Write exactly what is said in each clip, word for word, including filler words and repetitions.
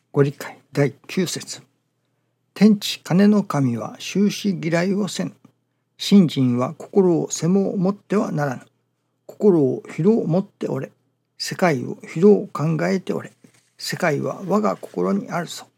ご理解だいきゅう節。天地金の神は終始嫌いをせぬ。信心は心をせも持ってはならぬ。心を広を持っておれ。世界を広を考えておれ。世界は我が心にあるぞ。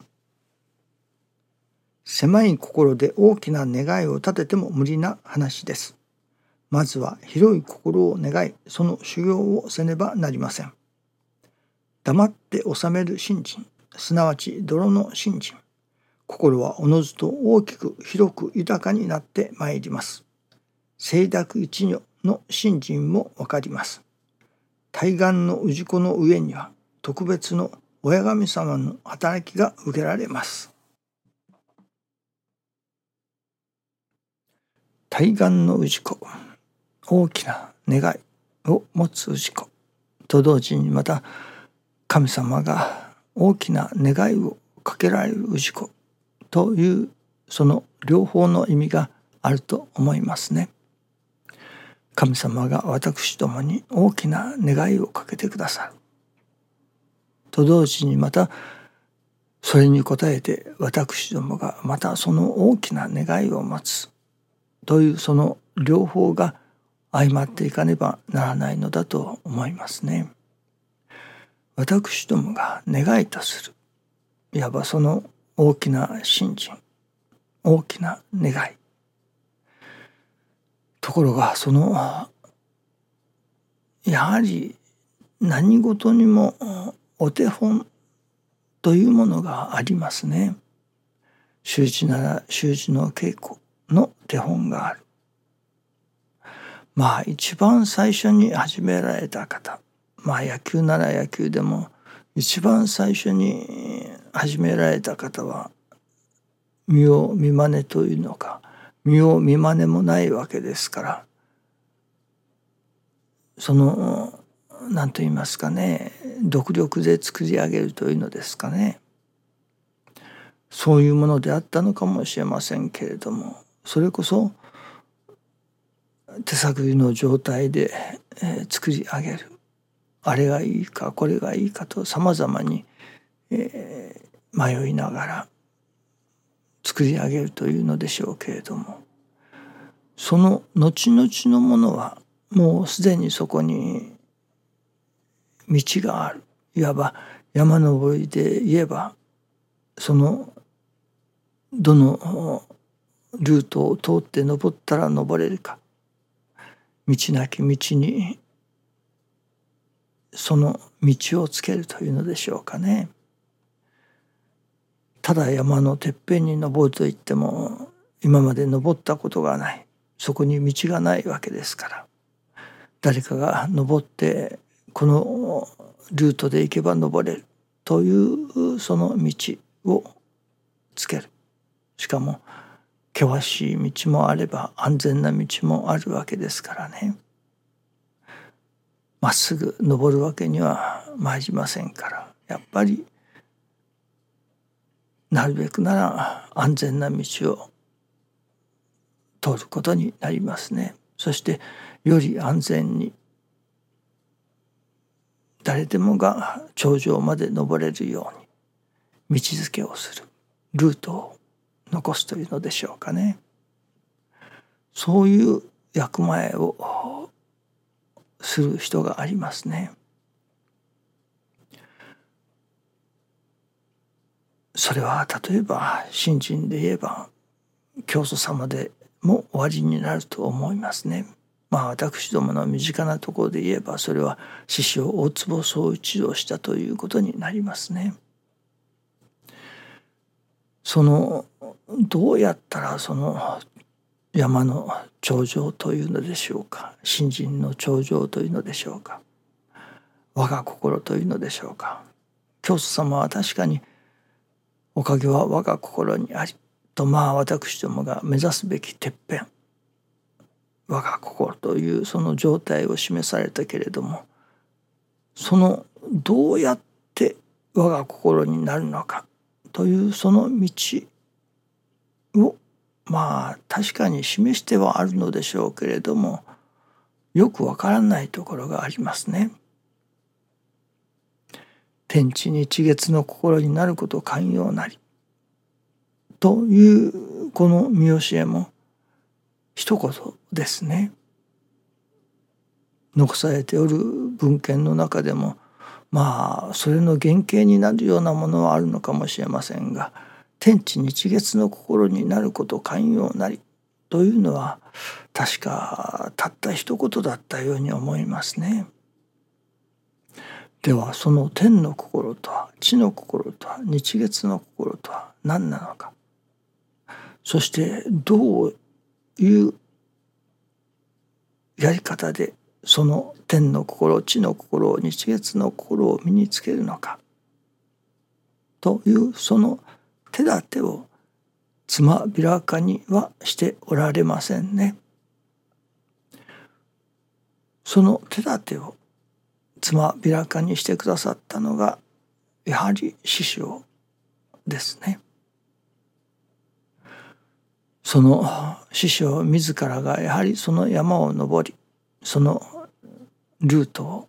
狭い心で大きな願いを立てても無理な話です。まずは広い心を願い、その修行をせねばなりません。黙って収める信心、すなわち泥の信心。心はおのずと大きく広く豊かになってまいります。清濁一如の信心もわかります。対岸の氏子の上には特別の親神様の働きが受けられます。対岸の氏子、大きな願いを持つ氏子と同時に、また神様が大きな願いをかけられる氏子という、その両方の意味があると思いますね。神様が私どもに大きな願いをかけてくださると同時に、またそれに応えて私どもがまたその大きな願いを待つという、その両方が相まっていかねばならないのだと思いますね。私どもが願いとする、いわばその大きな信心、大きな願い。ところがそのやはり何事にもお手本というものがありますね。習字なら習字の稽古の手本がある。まあ一番最初に始められた方、まあ野球なら野球でも一番最初に始められた方は見よう見まねというのか、見よう見まねもないわけですから、その何と言いますかね、独力で作り上げるというのですかね、そういうものであったのかもしれませんけれども、それこそ手探りの状態で、えー、作り上げる、あれがいいかこれがいいかとさまざまに、えー、迷いながら作り上げるというのでしょうけれども、その後々のものはもうすでにそこに道がある。いわば山登りで言えば、そのどのルートを通って登ったら登れるか、道なき道にその道をつけるというのでしょうかね。ただ山のてっぺんに登るといっても、今まで登ったことがない、そこに道がないわけですから、誰かが登ってこのルートで行けば登れるというその道をつける。しかも険しい道もあれば安全な道もあるわけですからね。まっすぐ登るわけには参りませんから、やっぱりなるべくなら安全な道を通ることになりますね。そしてより安全に誰でもが頂上まで登れるように道づけをする、ルートを残すというのでしょうかね。そういう役前をする人がありますね。それは例えば信心で言えば教祖様でも終わりになると思いますね。まあ私どもの身近なところで言えば、それは師匠大坪宗一郎したということになりますね。そのどうやったらその山の頂上というのでしょうか、信心の頂上というのでしょうか、我が心というのでしょうか。教祖様は確かにおかげは我が心にありと、まあ私どもが目指すべきてっぺん、我が心というその状態を示されたけれども、そのどうやって我が心になるのかというその道をまあ確かに示してはあるのでしょうけれども、よくわからないところがありますね。 天地日月の心になること寛容なりというこの見教えも一言ですね。残されておる文献の中でもまあそれの原型になるようなものはあるのかもしれませんが、天地日月の心になること寛容なりというのは確かたった一言だったように思いますね。ではその天の心とは地の心とは日月の心とは何なのか、そしてどういうやり方でその天の心地の心日月の心を身につけるのかというその手立てをつまびらかにはしておられませんね。その手立てをつまびらかにしてくださったのがやはり師匠ですね。その師匠自らがやはりその山を登り、そのルートを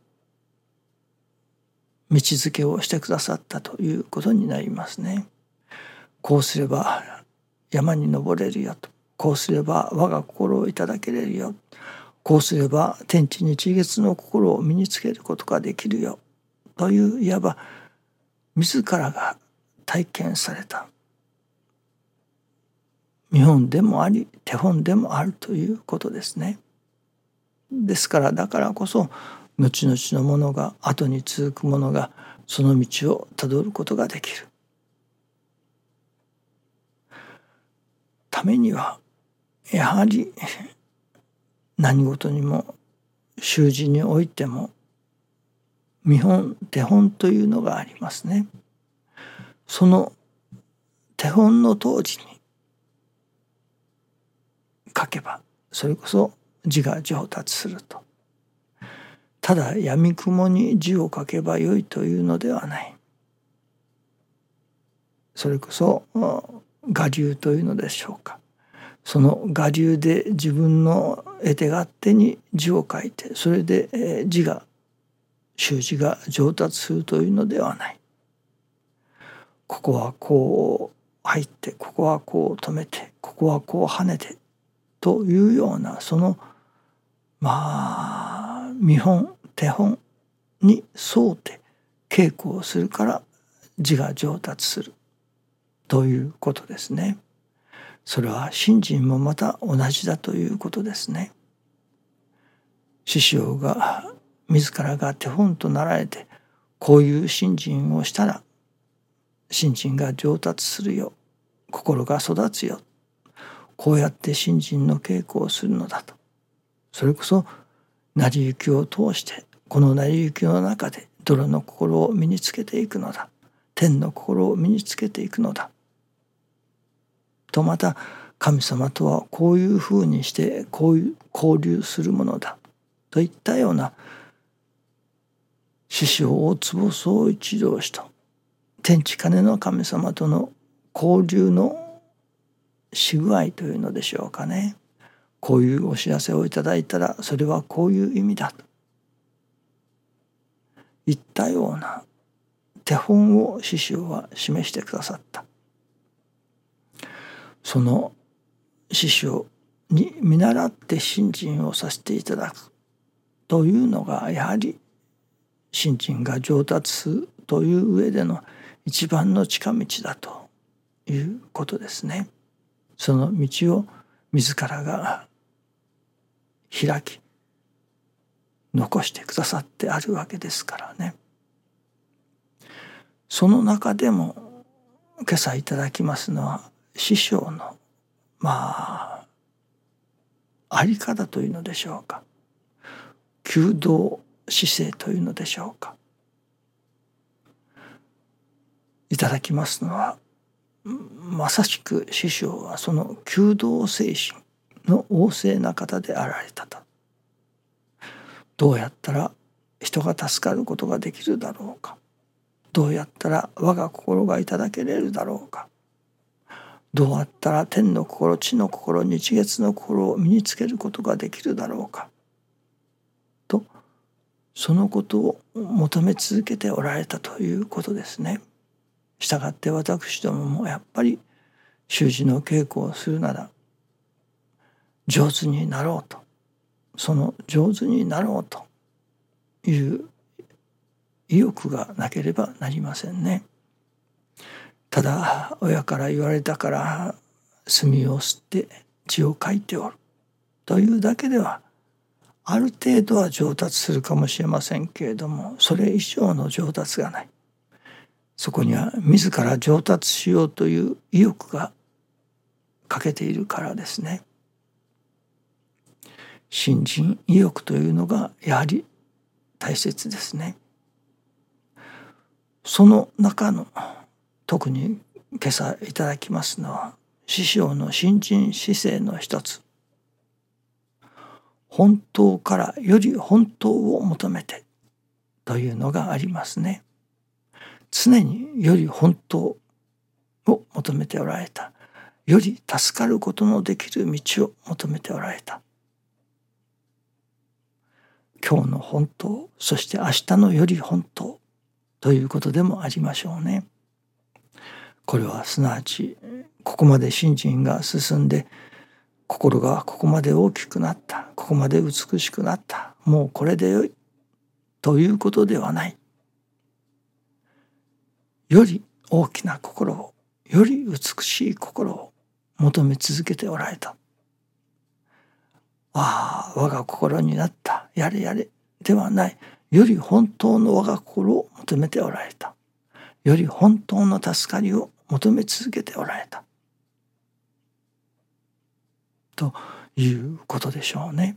道づけをしてくださったということになりますね。こうすれば山に登れるよと、こうすれば我が心をいただけれるよ、こうすれば天地日月の心を身につけることができるよといういわば自らが体験された見本でもあり手本でもあるということですね。ですからだからこそ後々のものが後に続くものがその道をたどることができるためにはやはり何事にも習字においても見本手本というのがありますね。その手本の当時に書けばそれこそ字が上達すると。ただやみくもに字を書けばよいというのではない。それこそ我流というのでしょうか。その我流で自分の得手勝手に字を書いてそれで字が習字が上達するというのではない。ここはこう入ってここはこう止めてここはこう跳ねてというようなそのまあ見本手本に沿うて稽古をするから字が上達するということですね。それは信心もまた同じだということですね。師匠が自らが手本となられてこういう信心をしたら信心が上達するよ、心が育つよ、こうやって信心の稽古をするのだと。それこそ成り行きを通してこの成り行きの中で泥の心を身につけていくのだ、天の心を身につけていくのだと、また神様とはこういうふうにしてこういう交流するものだといったような師匠大坪宗一郎氏と天地金の神様との交流のし具合というのでしょうかね。こういうお知らせをいただいたらそれはこういう意味だといったような手本を師匠は示してくださった。その師匠に見習って信心をさせていただくというのがやはり信心が上達するという上での一番の近道だということですね。その道を自らが開き残してくださってあるわけですからね。その中でも今朝いただきますのは師匠のまああり方というのでしょうか、求道姿勢というのでしょうか。いただきますのはまさしく師匠はその求道精神の旺盛な方であられたと。どうやったら人が助かることができるだろうか、どうやったら我が心がいただけれるだろうか、どうやったら天の心地の心日月の心を身につけることができるだろうかとそのことを求め続けておられたということですね。したがって私どももやっぱり習字の稽古をするなら上手になろうと、その上手になろうという意欲がなければなりませんね。ただ親から言われたから墨を吸って字を書いておるというだけではある程度は上達するかもしれませんけれども、それ以上の上達がない。そこには自ら上達しようという意欲が欠けているからですね。信心意欲というのがやはり大切ですね。その中の特に今朝いただきますのは師匠の信心姿勢の一つ、本当からより本当を求めてというのがありますね。常により本当を求めておられた、より助かることのできる道を求めておられた。今日の本当、そして明日のより本当ということでもありましょうね。これはすなわちここまで信心が進んで心がここまで大きくなった、ここまで美しくなった、もうこれでよいということではない。より大きな心を、より美しい心を求め続けておられた。ああ、我が心になった、やれやれではない。より本当の我が心を求めておられた。より本当の助かりを求め続けておられた。ということでしょうね。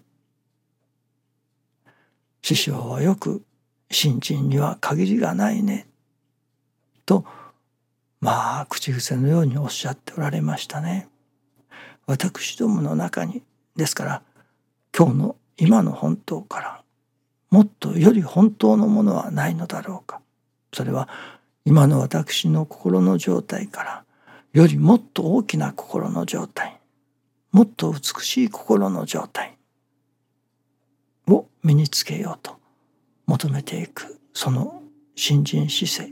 師匠はよく信心には限りがないねと、まあ口癖のようにおっしゃっておられましたね。私どもの中にですから、今日の今の本当からもっとより本当のものはないのだろうか。それは今の私の心の状態からよりもっと大きな心の状態、もっと美しい心の状態を身につけようと求めていく、その信心姿勢、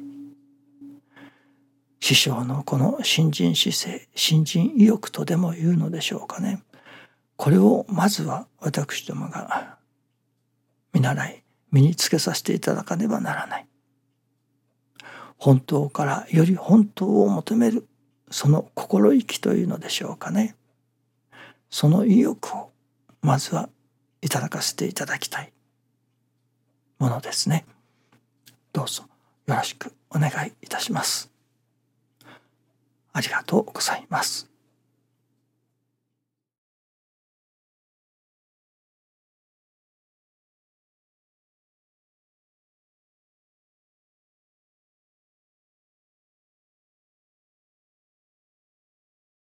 師匠のこの信心姿勢、信心意欲とでも言うのでしょうかね。これをまずは私どもが見習い身につけさせていただかねばならない。本当からより本当を求める、その心意気というのでしょうかね。その意欲をまずはいただかせていただきたいものですね。どうぞよろしくお願いいたします。ありがとうございます。